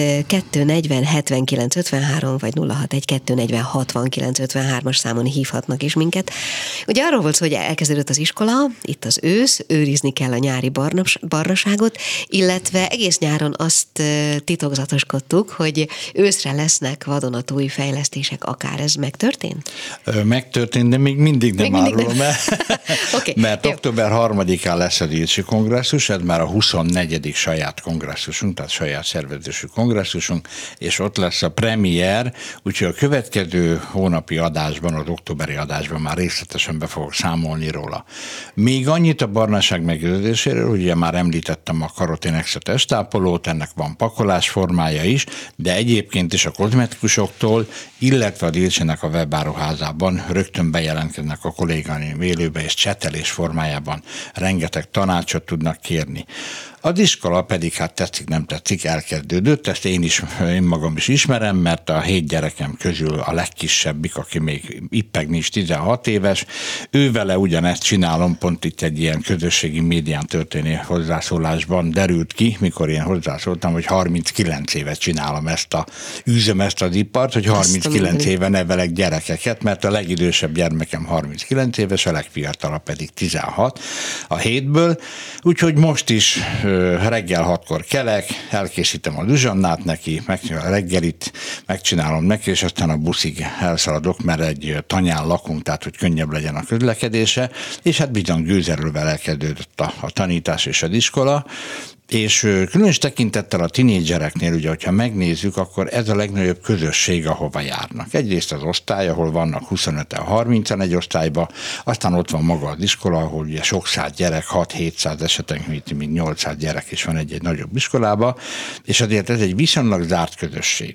240 79 53, vagy 061 240 69 53-as számon hívhatnak is minket. Ugye arról volt szó, hogy elkezdődött az iskola, itt az ősz, őrizni kell a nyári barnaságot, illetve egész nyáron azt titokzatoskodtuk, hogy őszre lesznek vadonatúj fejlesztések, akár ez megtörtént? Megtörtént, de még mindig nem árulom el. Okay, mert október 3-án lesz a Ilcsi kongresszus, ez már a 24. saját kongresszusunk, tehát saját szervezésű kongresszusunk, és ott lesz a premier, úgyhogy a következő hónapi adásban, az októberi adásban már részletesen be fogok számolni róla. Még annyit a barnaság megőrzéséről, ugye már említettem a karotin extra testápolót, ennek van pakolás formája is, de egyébként is a kozmetikusoktól, illetve a Ilcsinek a webáruházában rögtön bejelentkeznek a kollégáim élőbe, és csetelés formájában rengeteg tanácsot tudnak kérni. Az iskola pedig, hát tetszik, nem tetszik, elkezdődött, ezt én magam is ismerem, mert a 7 gyerekem közül a legkisebbik, aki még ippegni is 16 éves, ővele ugyanezt csinálom, pont itt egy ilyen közösségi médián történő hozzászólásban derült ki, mikor én hozzászóltam, hogy 39 éve csinálom űzöm ezt az ipart, hogy 39 éve nevelek gyerekeket, mert a legidősebb gyermekem 39 éves, a legfiatalabb pedig 16 a 7-ből, úgyhogy most is reggel 6-kor kelek, elkészítem a Zsuzsannát neki, a reggelit megcsinálom neki, és aztán a buszig elszaladok, mert egy tanyán lakunk, tehát hogy könnyebb legyen a közlekedése, és hát bizony gőzerővel elkezdődött a tanítás és az iskola, és különös tekintettel a tinédzsereknél, ugye, hogyha megnézzük, akkor ez a legnagyobb közösség, ahova járnak. Egyrészt az osztály, ahol vannak 25-en, 30-en egy osztályba, aztán ott van maga az iskola, ahol ugye sok száz gyerek, 6-700 esetenként, mint 800 gyerek is van egy nagyobb iskolába, és azért ez egy viszonylag zárt közösség.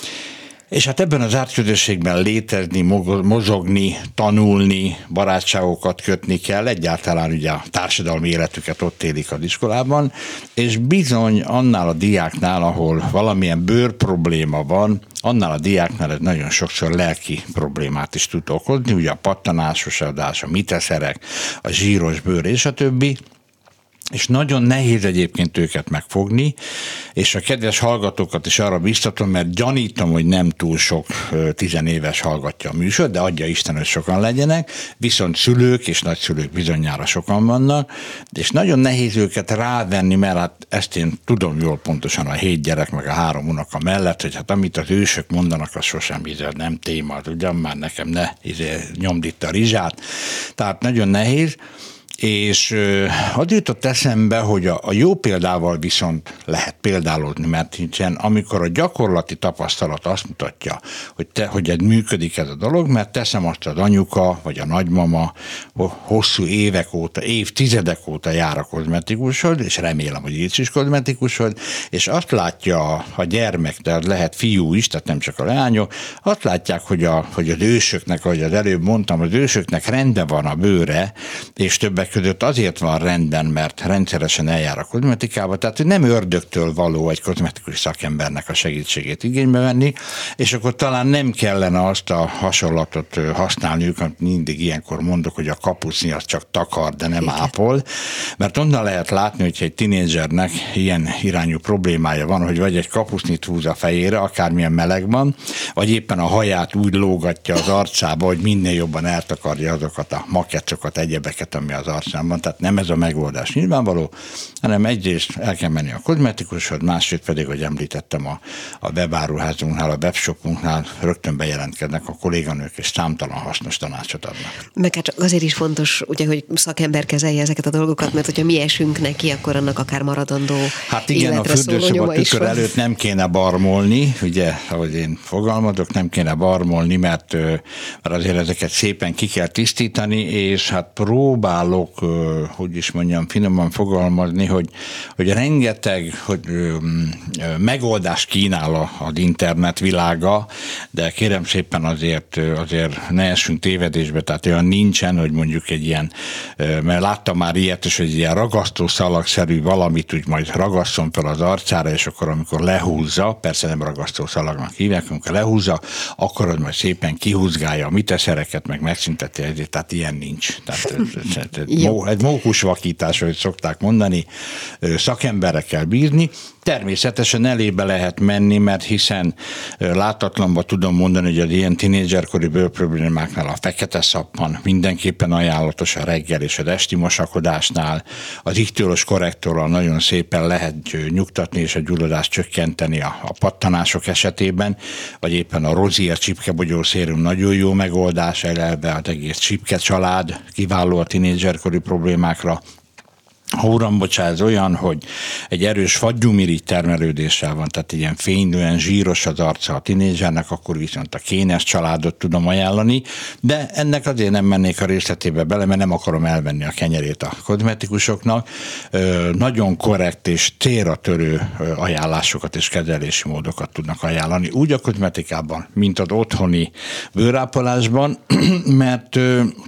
És hát ebben az zárt közösségben létezni, mozogni, tanulni, barátságokat kötni kell, egyáltalán ugye a társadalmi életüket ott élik az iskolában, és bizony annál a diáknál, ahol valamilyen bőrprobléma van, annál a diáknál ez nagyon sokszor lelki problémát is tud okozni, ugye a pattanásos adás, a miteszerek, a zsíros bőr és a többi. és nagyon nehéz egyébként őket megfogni, és a kedves hallgatókat is arra biztatom, mert gyanítom, hogy nem túl sok tizenéves hallgatja a műsor, de adja Isten, hogy sokan legyenek, viszont szülők és nagyszülők bizonyára sokan vannak, és nagyon nehéz őket rávenni, mert hát ezt én tudom jól pontosan a 7 gyerek, meg a 3 unoka mellett, hogy hát amit az ősök mondanak, az sosem nem téma, ugyan már nekem ne nyomd itt a rizsát, tehát nagyon nehéz. És az jutott eszembe, hogy a jó példával viszont lehet példálódni, mert hiszen amikor a gyakorlati tapasztalat azt mutatja, hogy ez működik ez a dolog, mert teszem azt, az anyuka vagy a nagymama hosszú évek óta, évtizedek óta jár a kozmetikushoz, és remélem, hogy így is kozmetikushoz, és azt látja a gyermek, de lehet fiú is, tehát nem csak a leányok, azt látják, hogy az ősöknek, ahogy az előbb mondtam, az ősöknek rendben van a bőre, és többek között azért van rendben, mert rendszeresen eljár a kozmetikába, tehát hogy nem ördögtől való egy kozmetikus szakembernek a segítségét igénybe venni, és akkor talán nem kellene azt a hasonlatot használniuk, amit mindig ilyenkor mondok, hogy a kapucni az csak takar, de nem ápol, mert onnan lehet látni, hogyha egy tinédzsernek ilyen irányú problémája van, hogy vagy egy kapucnit húz a fejére, akármilyen meleg van, vagy éppen a haját úgy lógatja az arcába, hogy minél jobban eltakarja azokat a makecsokat, egyebeket, ami az arcában, tehát nem ez a megoldás nyilvánvaló, hanem egyrészt el kell menni a kozmetikushoz, másrészt pedig, hogy említettem, a webáruházunknál, a webshopunknál rögtön bejelentkeznek a kolléganők, és számtalan hasznos tanácsot adnak. Meg hát csak azért is fontos, ugye, hogy szakember kezelje ezeket a dolgokat, mert hogyha mi esünk neki, akkor annak akár maradandó hát igen, a fürdőszoba tükör előtt nem kéne barmolni, ugye, ahogy én fogalmazok, nem kéne barmolni, mert azért ezeket szépen ki kell tisztítani, és hát próbálok, hogy is mondjam, finoman fogalmazni, hogy rengeteg megoldást kínál az internet világa, de kérem szépen azért ne essünk tévedésbe, tehát olyan nincsen, hogy mondjuk egy ilyen, mert láttam már ilyet is, hogy egy ilyen ragasztószalagszerű valamit úgy majd ragasszon fel az arcára, és akkor amikor lehúzza, persze nem ragasztószalagnak hívják, amikor lehúzza, akkor az majd szépen kihúzgálja a miteszereket, meg megszünteti ezért, tehát ilyen nincs. Tehát egy mókusvakítás, hogy szokták mondani, szakemberre kell bízni. Természetesen elébe lehet menni, mert hiszen látatlanban tudom mondani, hogy az ilyen tinédzserkori bőrproblémáknál a fekete szappan mindenképpen ajánlatos a reggel és az esti mosakodásnál. Az iktiolós korrektorral nagyon szépen lehet nyugtatni és a gyulladást csökkenteni a pattanások esetében, vagy éppen a Rozier csipkebogyószérum nagyon jó megoldás, eleve az egész csipke család kiváló a tinédzserkori problémákra. Ha uram, ez olyan, hogy egy erős fagyúmirigy termelődéssel van, tehát ilyen fénylően zsíros az arca a tinédzsernek, akkor viszont a Kénes családot tudom ajánlani, de ennek azért nem mennék a részletébe bele, mert nem akarom elvenni a kenyerét a kozmetikusoknak. Nagyon korrekt és célra törő ajánlásokat és kezelési módokat tudnak ajánlani, úgy a kozmetikában, mint az otthoni bőrápolásban, mert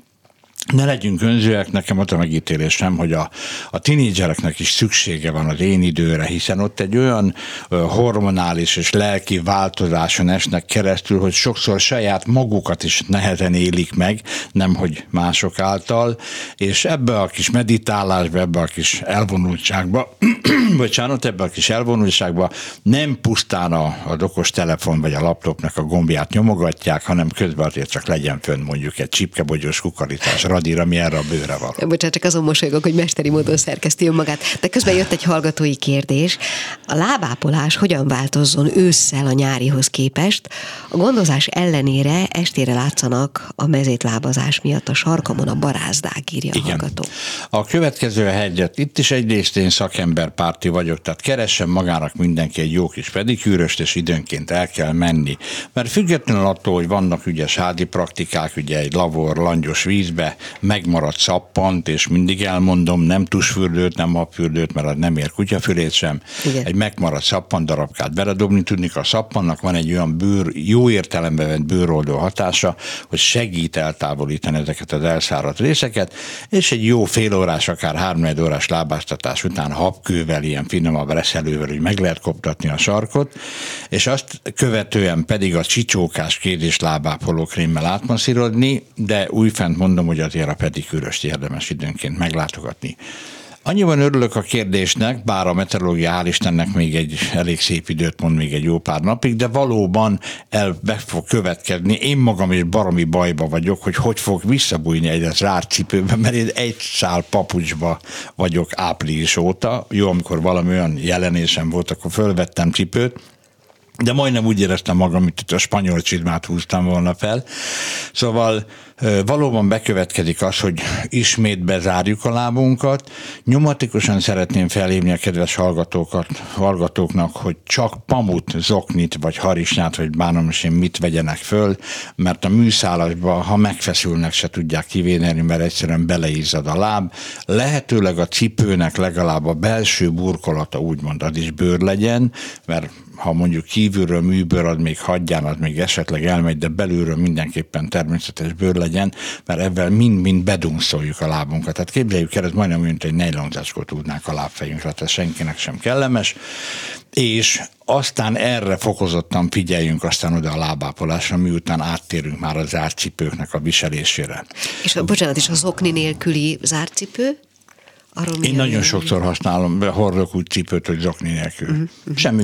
ne legyünk önzőek, nekem az a megítélésem, hogy a tinédzsereknek is szüksége van az én időre, hiszen ott egy olyan hormonális és lelki változáson esnek keresztül, hogy sokszor saját magukat is nehezen élik meg, nemhogy mások által, és ebbe a kis meditálásba, ebbe a kis elvonultságba, ebbe a kis elvonultságba nem pusztán az okos telefon vagy a laptopnak a gombját nyomogatják, hanem közben azért csak legyen fönn mondjuk egy csipkebogyós kukoricás radír, ami erre a bőre van. Bocsánat, csak azon mosolygok, hogy mesteri módon szerkeszti önmagát. De közben jött egy hallgatói kérdés. A lábápolás hogyan változzon ősszel a nyárihoz képest? A gondozás ellenére estére látszanak a mezétlábazás miatt a sarkamon a barázdák, írja a hallgató. A következő helyzet, itt is egyrészt én szakemberpárti vagyok, tehát keressen magának mindenki egy jó kis pedikűröst, és időnként el kell menni. Mert függetlenül attól, hogy vannak ügyes házi praktikák, ugye egy lavor, langyos vízbe, megmaradt szappant, és mindig elmondom, nem tusfürdőt, nem habfürdőt, mert az nem ér kutyafülét sem. Igen. Egy megmaradt szappan darabkát beledobni tudni, a szappannak van egy olyan jó értelemben vett bőroldó hatása, hogy segít eltávolítani ezeket az elszáradt részeket, és egy jó félórás, akár 3-4 órás lábáztatás után habkővel, ilyen finomabb reszelővel, hogy meg lehet koptatni a sarkot, és azt követően pedig a csicsókás kéz- és lábápoló krémmel átmasszírozni, de újfent mondom, hogy azért a pedikűröst érdemes időnként meglátogatni. Annyiban örülök a kérdésnek, bár a meteorológia hál' Istennek még egy elég szép időt mond, még egy jó pár napig, de valóban be fog következni. Én magam is baromi bajba vagyok, hogy fog visszabújni egy zárt cipőben, mert én egy szál papucsba vagyok április óta. Jó, amikor valami olyan jelenésem volt, akkor fölvettem cipőt, de majdnem úgy éreztem magam, mint a spanyol csizmát húztam volna fel. Szóval valóban bekövetkezik az, hogy ismét bezárjuk a lábunkat. Nyomatikusan szeretném felhívni a kedves hallgatóknak, hogy csak pamut, zoknit, vagy harisnyát, vagy bánom is én mit vegyenek föl, mert a műszálasba, ha megfeszülnek, se tudják kivédeni, mert egyszerűen beleizzad a láb. Lehetőleg a cipőnek legalább a belső burkolata, úgymond, az is bőr legyen, mert ha mondjuk kívülről műbőr, az még hagyján, az még esetleg elmegy, de belülről mindenképpen természetes bőr legyen, mert ebben mind bedunszoljuk a lábunkat. Tehát képzeljük el, ez majdnem olyan, mint egy nejlonzacskót tudnánk a lábfejünkre, tehát senkinek sem kellemes, és aztán erre fokozottan figyeljünk aztán oda a lábápolásra, miután áttérünk már a zárt cipőknek a viselésére. És bocsánat, és a zokni nélküli zárt cipő? Én nagyon sokszor használom, hordok úgy cipőt, hogy zokni nélkül. Semmi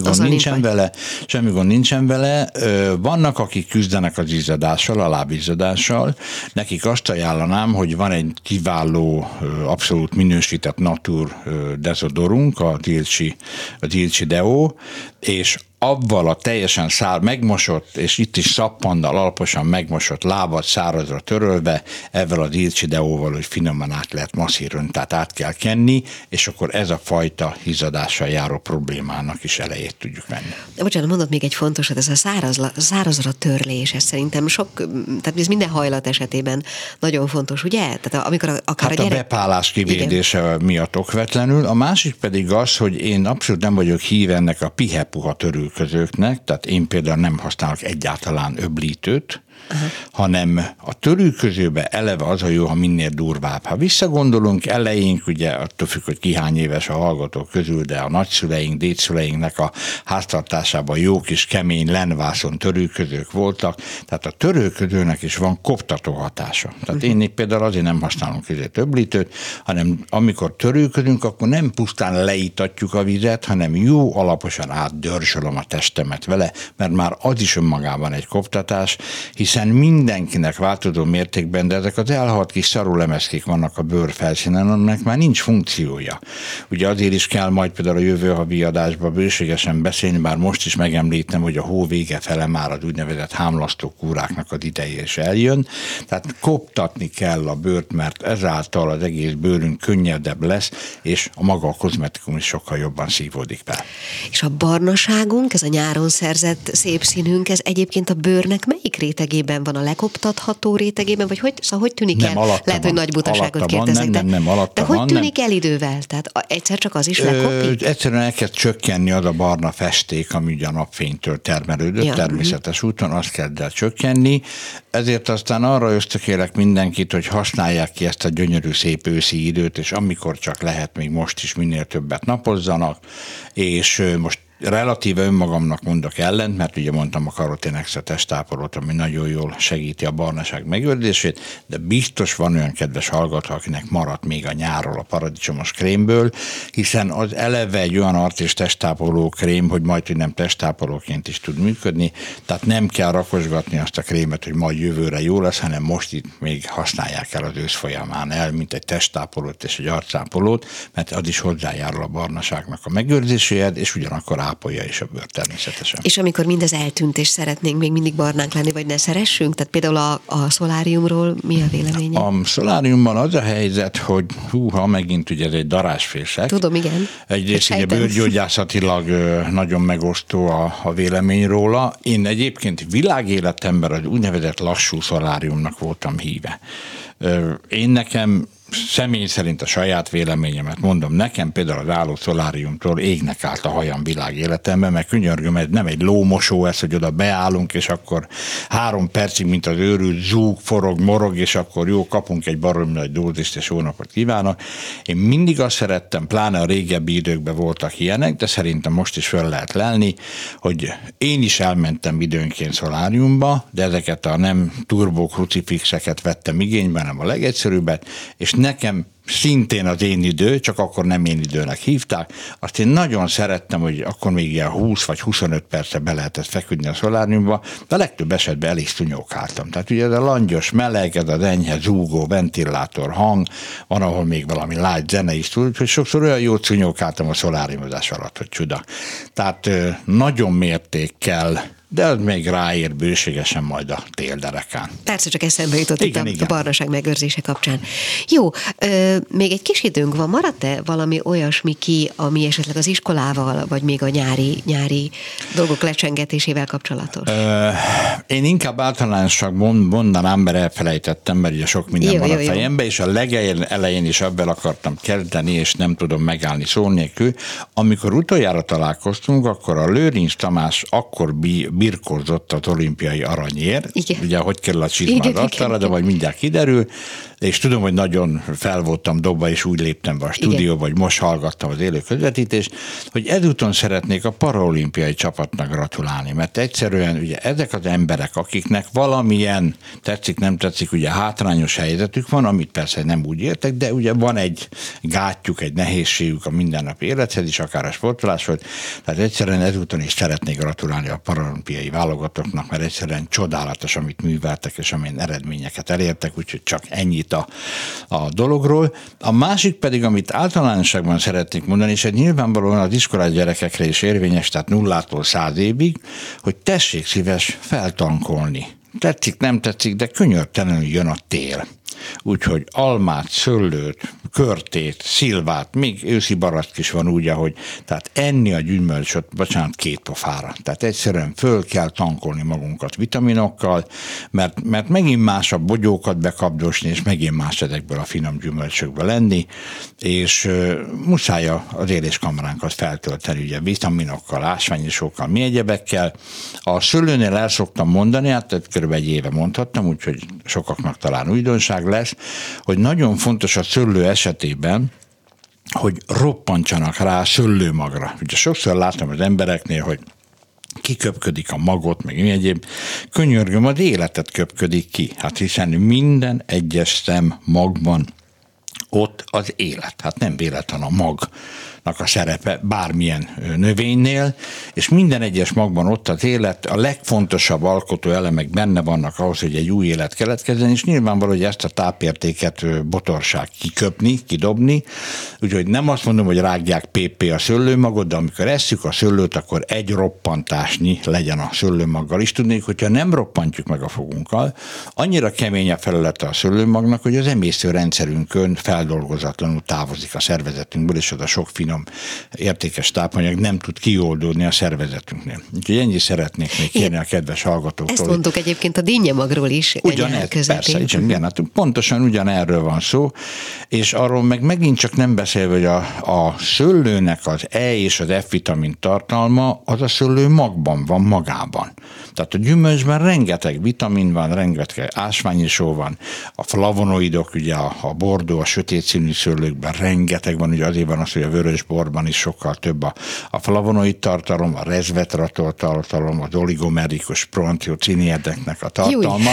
gond nincsen vele. Vannak, akik küzdenek az izzadással, a lábizzadással. Nekik azt ajánlanám, hogy van egy kiváló, abszolút minősített Natur dezodorunk, a Dilci Deo, és avval a teljesen megmosott, és itt is szappannal alaposan megmosott lábat szárazra törölve, ezzel a Dilci Deóval, hogy finoman át lehet masszírolni, tehát át kell kenni, és akkor ez a fajta izzadással járó problémának is elejét tudjuk venni. De bocsánat, mondod még egy fontosat, ez a szárazra törlés, ez szerintem tehát ez minden hajlat esetében nagyon fontos, ugye? Tehát amikor akár a bepálás kivédése miatt okvetlenül, a másik pedig az, hogy én abszolút nem vagyok híve ennek a pihe-puha törülközőknek, tehát én például nem használok egyáltalán öblítőt, hanem a törülközőbe eleve az a jó, ha minél durvább. Ha visszagondolunk, elejénk, ugye attól függ, hogy ki hány éves a hallgatók közül, de a nagyszüleink, dédszüleinknek a háztartásában jó kis kemény lenvászon törülközők voltak, tehát a törülközőnek is van koptató hatása. Tehát én például azért nem használunk öblítőt, hanem amikor törülközünk, akkor nem pusztán leítatjuk a vizet, hanem jó alaposan átdörzsölöm a testemet vele, mert már az is önmagában egy koptatás, hiszen mindenkinek változó mértékben, de ezek az elhalt kis szarulemezkék vannak a bőr felszínen, annak már nincs funkciója. Ugye azért is kell majd például a jövő havi adásban bőségesen beszélni, bár most is megemlítem, hogy a hó vége fele már az úgynevezett hámlasztó kúráknak az ideje is eljön. Tehát koptatni kell a bőrt, mert ezáltal az egész bőrünk könnyedebb lesz, és a maga a kozmetikum is sokkal jobban szívódik be. És a barnaságunk, ez a nyáron szerzett szép színünk, ez egyébként a bőrnek melyik rétegében van, a lekoptatható rétegében, vagy hogy tűnik nem, el? Lehet, hogy nagy butaságot kérdezek, de hogy tűnik el idővel? Tehát egyszer csak az is lekopik? Egyszerűen elkezd csökkenni az a barna festék, ami ugye a napfénytől termelődött, természetes úton, az kezd el csökkenni. Ezért aztán arra ösztökélek mindenkit, hogy használják ki ezt a gyönyörű szép őszi időt, és amikor csak lehet, még most is minél többet napozzanak, és most relatíve önmagamnak mondok ellent, mert ugye mondtam a Carotene Extra testápolót, ami nagyon jól segíti a barnaság megőrzését, de biztos van olyan kedves hallgató, akinek maradt még a nyárról a paradicsomos krémből, hiszen az eleve egy olyan arc- és testápoló krém, hogy majdnem nem testápolóként is tud működni, tehát nem kell rakosgatni azt a krémet, hogy majd jövőre jó lesz, hanem most itt még használják el az ősz folyamán el, mint egy testápolót és egy arcápolót, mert az is hozzájárul a barnaságnak a megőrzéséhez, és ugyanakkor ápolja is a bőr természetesen. És amikor mindez eltűnt, és szeretnénk még mindig barnánk lenni, vagy ne szeressünk? Tehát például a szoláriumról mi a véleménye? A szoláriumban az a helyzet, hogy ha megint ugye ez egy darásfészek. Tudom, igen. Egyrészt ugye bőrgyógyászatilag nagyon megosztó a vélemény róla. Én egyébként világéletemben az úgynevezett lassú szoláriumnak voltam híve. Én nekem személy szerint a saját véleményemet mondom, nekem például az álló szoláriumtól égnek állt a hajam világéletemben, mert könyörgöm, ez nem egy lómosó ez, hogy oda beállunk, és akkor 3 percig, mint az őrült, zúg, forog, morog, és akkor jó, kapunk egy baromi nagy dózist, és jó napot kívánok. Én mindig azt szerettem, pláne a régebbi időkben voltak ilyenek, de szerintem most is fel lehet lelni, hogy én is elmentem időnként szoláriumba, de ezeket a nem turbo krucifixeket vettem igénybe, hanem a legegyszerűbbet, és nekem szintén az én idő, csak akkor nem én időnek hívták. Azt én nagyon szerettem, hogy akkor még ilyen 20 vagy 25 percre be lehetett feküdni a szoláriumba, de a legtöbb esetben el is tunyókáltam. Tehát ugye ez a langyos meleg, ez az enyhe zúgó ventilátor hang, van, ahol még valami lágy zene is tud, hogy sokszor olyan jó tunyókáltam a szoláriumozás alatt, hogy csuda. Tehát nagyon mértékkel, de az még ráér bőségesen majd a télderekán. Persze, csak eszembe jutott itt a barnaság megőrzése kapcsán. Jó, még egy kis időnk van, maradt-e valami olyasmi ki, ami esetleg az iskolával, vagy még a nyári dolgok lecsengetésével kapcsolatos? Én inkább általánosak mondanám, mert elfelejtettem, mert ugye sok minden van a fejembe, és a legelején is abban akartam kezdeni, és nem tudom megállni szó nélkül. Amikor utoljára találkoztunk, akkor a Lőrinc Tamás akkor birkózott az olimpiai aranyért. Igen. Ugye, hogy kerül a csizma az asztalra, de majd mindjárt kiderül, és tudom, hogy nagyon fel voltam dobva, és úgy léptem be a stúdióba, vagy most hallgattam az élő közvetítést, hogy ezúton szeretnék a paraolimpiai csapatnak gratulálni, mert egyszerűen ugye ezek az emberek, akiknek valamilyen tetszik, nem tetszik, ugye hátrányos helyzetük van, amit persze nem úgy értek, de ugye van egy gátjuk, egy nehézségük a mindennapi élethez is, akár a sportoláshoz, tehát egyszerűen ezúton is szeretnék gratulálni a paraolimpiai válogatottnak, mert egyszerűen csodálatos, amit műveltek, és amilyen eredményeket elértek, úgyhogy csak ennyit a dologról. A másik pedig, amit általánosságban szeretnék mondani, és egy nyilvánvalóan az iskolás gyerekekre is érvényes, tehát 0-tól 100 évig, hogy tessék szíves feltankolni. Tetszik, nem tetszik, de könyörtelenül jön a tél. Úgyhogy almát, szőlőt, körtét, szilvát, még őszi barack is van úgy, ahogy, tehát enni a gyümölcsöt, 2 pofára. Tehát egyszerűen föl kell tankolni magunkat vitaminokkal, mert megint más a bogyókat bekapdosni, és megint más ezekből a finom gyümölcsökből lenni, és muszáj az éléskamránkat feltölteni, ugye vitaminokkal, ásványisokkal, mi egyebekkel. A szőlőnél el szoktam mondani, hát kb. 1 éve mondhattam, úgyhogy sokaknak talán újdonság lesz, hogy nagyon fontos a szőlő esetében, hogy roppantsanak rá a szőlőmagra. Ugye sokszor látom az embereknél, hogy kiköpködik a magot, meg mi egyéb. Könyörgöm, az életet köpködik ki. Hát hiszen minden egyes szem magban ott az élet. Hát nem véletlen a magnak a szerepe bármilyen növénynél, és minden egyes magban ott az élet, a legfontosabb alkotó elemek benne vannak ahhoz, hogy egy új élet keletkezzen, és nyilvánvaló, hogy ezt a tápértéket botorság kiköpni, kidobni, úgyhogy nem azt mondom, hogy rágják PP a szőlőmagot, de amikor esszük a szőlőt, akkor egy roppantásnyi legyen a szőlőmaggal is. Tudnék, hogyha nem roppantjuk meg a fogunkkal, annyira kemény a felülete a szőlőmagnak, hogy az emésztőrendszerünkön feldolgozatlanul távozik a szervezetünkből, és az a sok finom értékes tápanyag nem tud kioldódni a szervezetünknél. Úgyhogy ennyi szeretnék még kérni a kedves hallgatóktól. Ezt mondtuk egyébként a dinnyemagról is. Ugyanez, persze, igen, hát pontosan ugyanerről van szó, és arról meg megint csak nem beszélve, hogy a szőlőnek az E és az F-vitamin tartalma az a szőlő magban van magában. Tehát a gyümölcsben rengeteg vitamin van, rengeteg ásványisó van, a flavonoidok, ugye a bordó, a sötét színű szőlőkben rengeteg van, ugye azért van az, hogy a vörös borban is sokkal több a flavonoid tartalom, a resveratrol tartalom, az oligomerikus proantiociniedeknek a tartalma.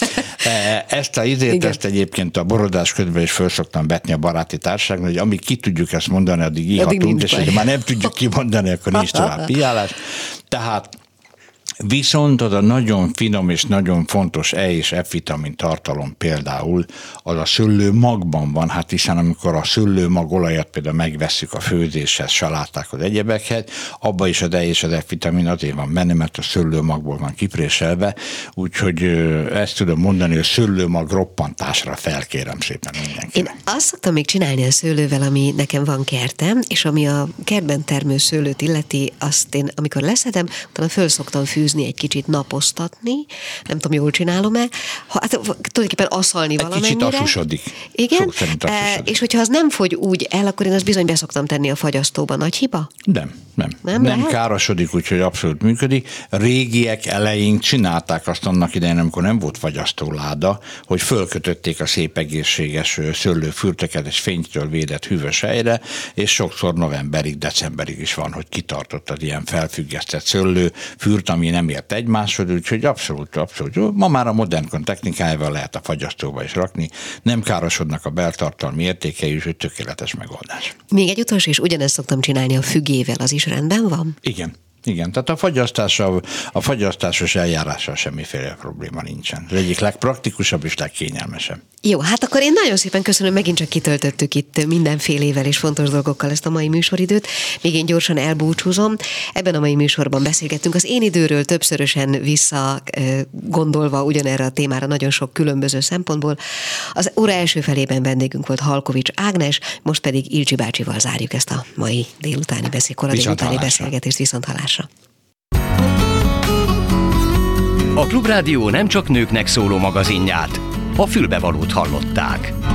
Ezt ezt egyébként a borodás közben is föl szoktam vetni a baráti társaságnak, hogy amíg ki tudjuk ezt mondani, addig ihatunk, és ha már nem tudjuk kimondani, akkor nincs tovább piálás. Tehát viszont az a nagyon finom és nagyon fontos E és F-vitamin tartalom például az a szőlőmagban van, hát hiszen amikor a szőlőmagolajat például megvesszük a főzéshez, salátákhoz, egyebekhez, abban is az E és az F-vitamin azért van benne, mert a szőlőmagból van kipréselve, úgyhogy ezt tudom mondani, hogy szőlőmag roppantásra felkérem szépen mindenkinek. Én azt szoktam még csinálni a szőlővel, ami nekem van kertem, és ami a kertben termő szőlőt illeti, azt én amikor leszedem, utána föl szoktam fűzni, egy kicsit napoztatni, nem tudom, jól csinálom-e, hát tulajdonképpen asszalni valamennyire. Egy kicsit asusodik. Igen, és hogyha az nem fogy úgy el, akkor én azt bizony beszoktam tenni a fagyasztóba. Nagy hiba? Nem károsodik, úgyhogy abszolút működik. Régiek elején csinálták azt annak idején, amikor nem volt fagyasztóláda, hogy fölkötötték a szép egészséges szőlőfürteket egy fénytől védett hűvös helyre, és sokszor novemberig, decemberig is van, hogy kitartott az ilyen felfüggesztett szőlőfürt, ami nem ért egymáshoz, úgyhogy abszolút. Ma már a modernkon technikájával lehet a fagyasztóba is rakni, nem károsodnak a beltartalmi értékei, úgyhogy tökéletes megoldás. Még egy utolsó, és ugyanezt szoktam csinálni a fügével, az is rendben van? Igen, tehát a fagyasztásos eljárással semmiféle probléma nincsen. Az egyik legpraktikusabb és legkényelmesebb. Jó, hát akkor én nagyon szépen köszönöm, megint csak kitöltöttük itt mindenfélével és fontos dolgokkal ezt a mai műsoridőt. Még én gyorsan elbúcsúzom. Ebben a mai műsorban beszélgettünk az én időről többszörösen visszagondolva ugyanerre a témára nagyon sok különböző szempontból. Az óra első felében vendégünk volt Halkovics Ágnes, most pedig Ilcsi bácsival zárjuk ezt a mai délutáni beszélgetést. Viszonthallásra. A Klubrádió nem csak nőknek szóló magazinját, a fülbevalót hallották.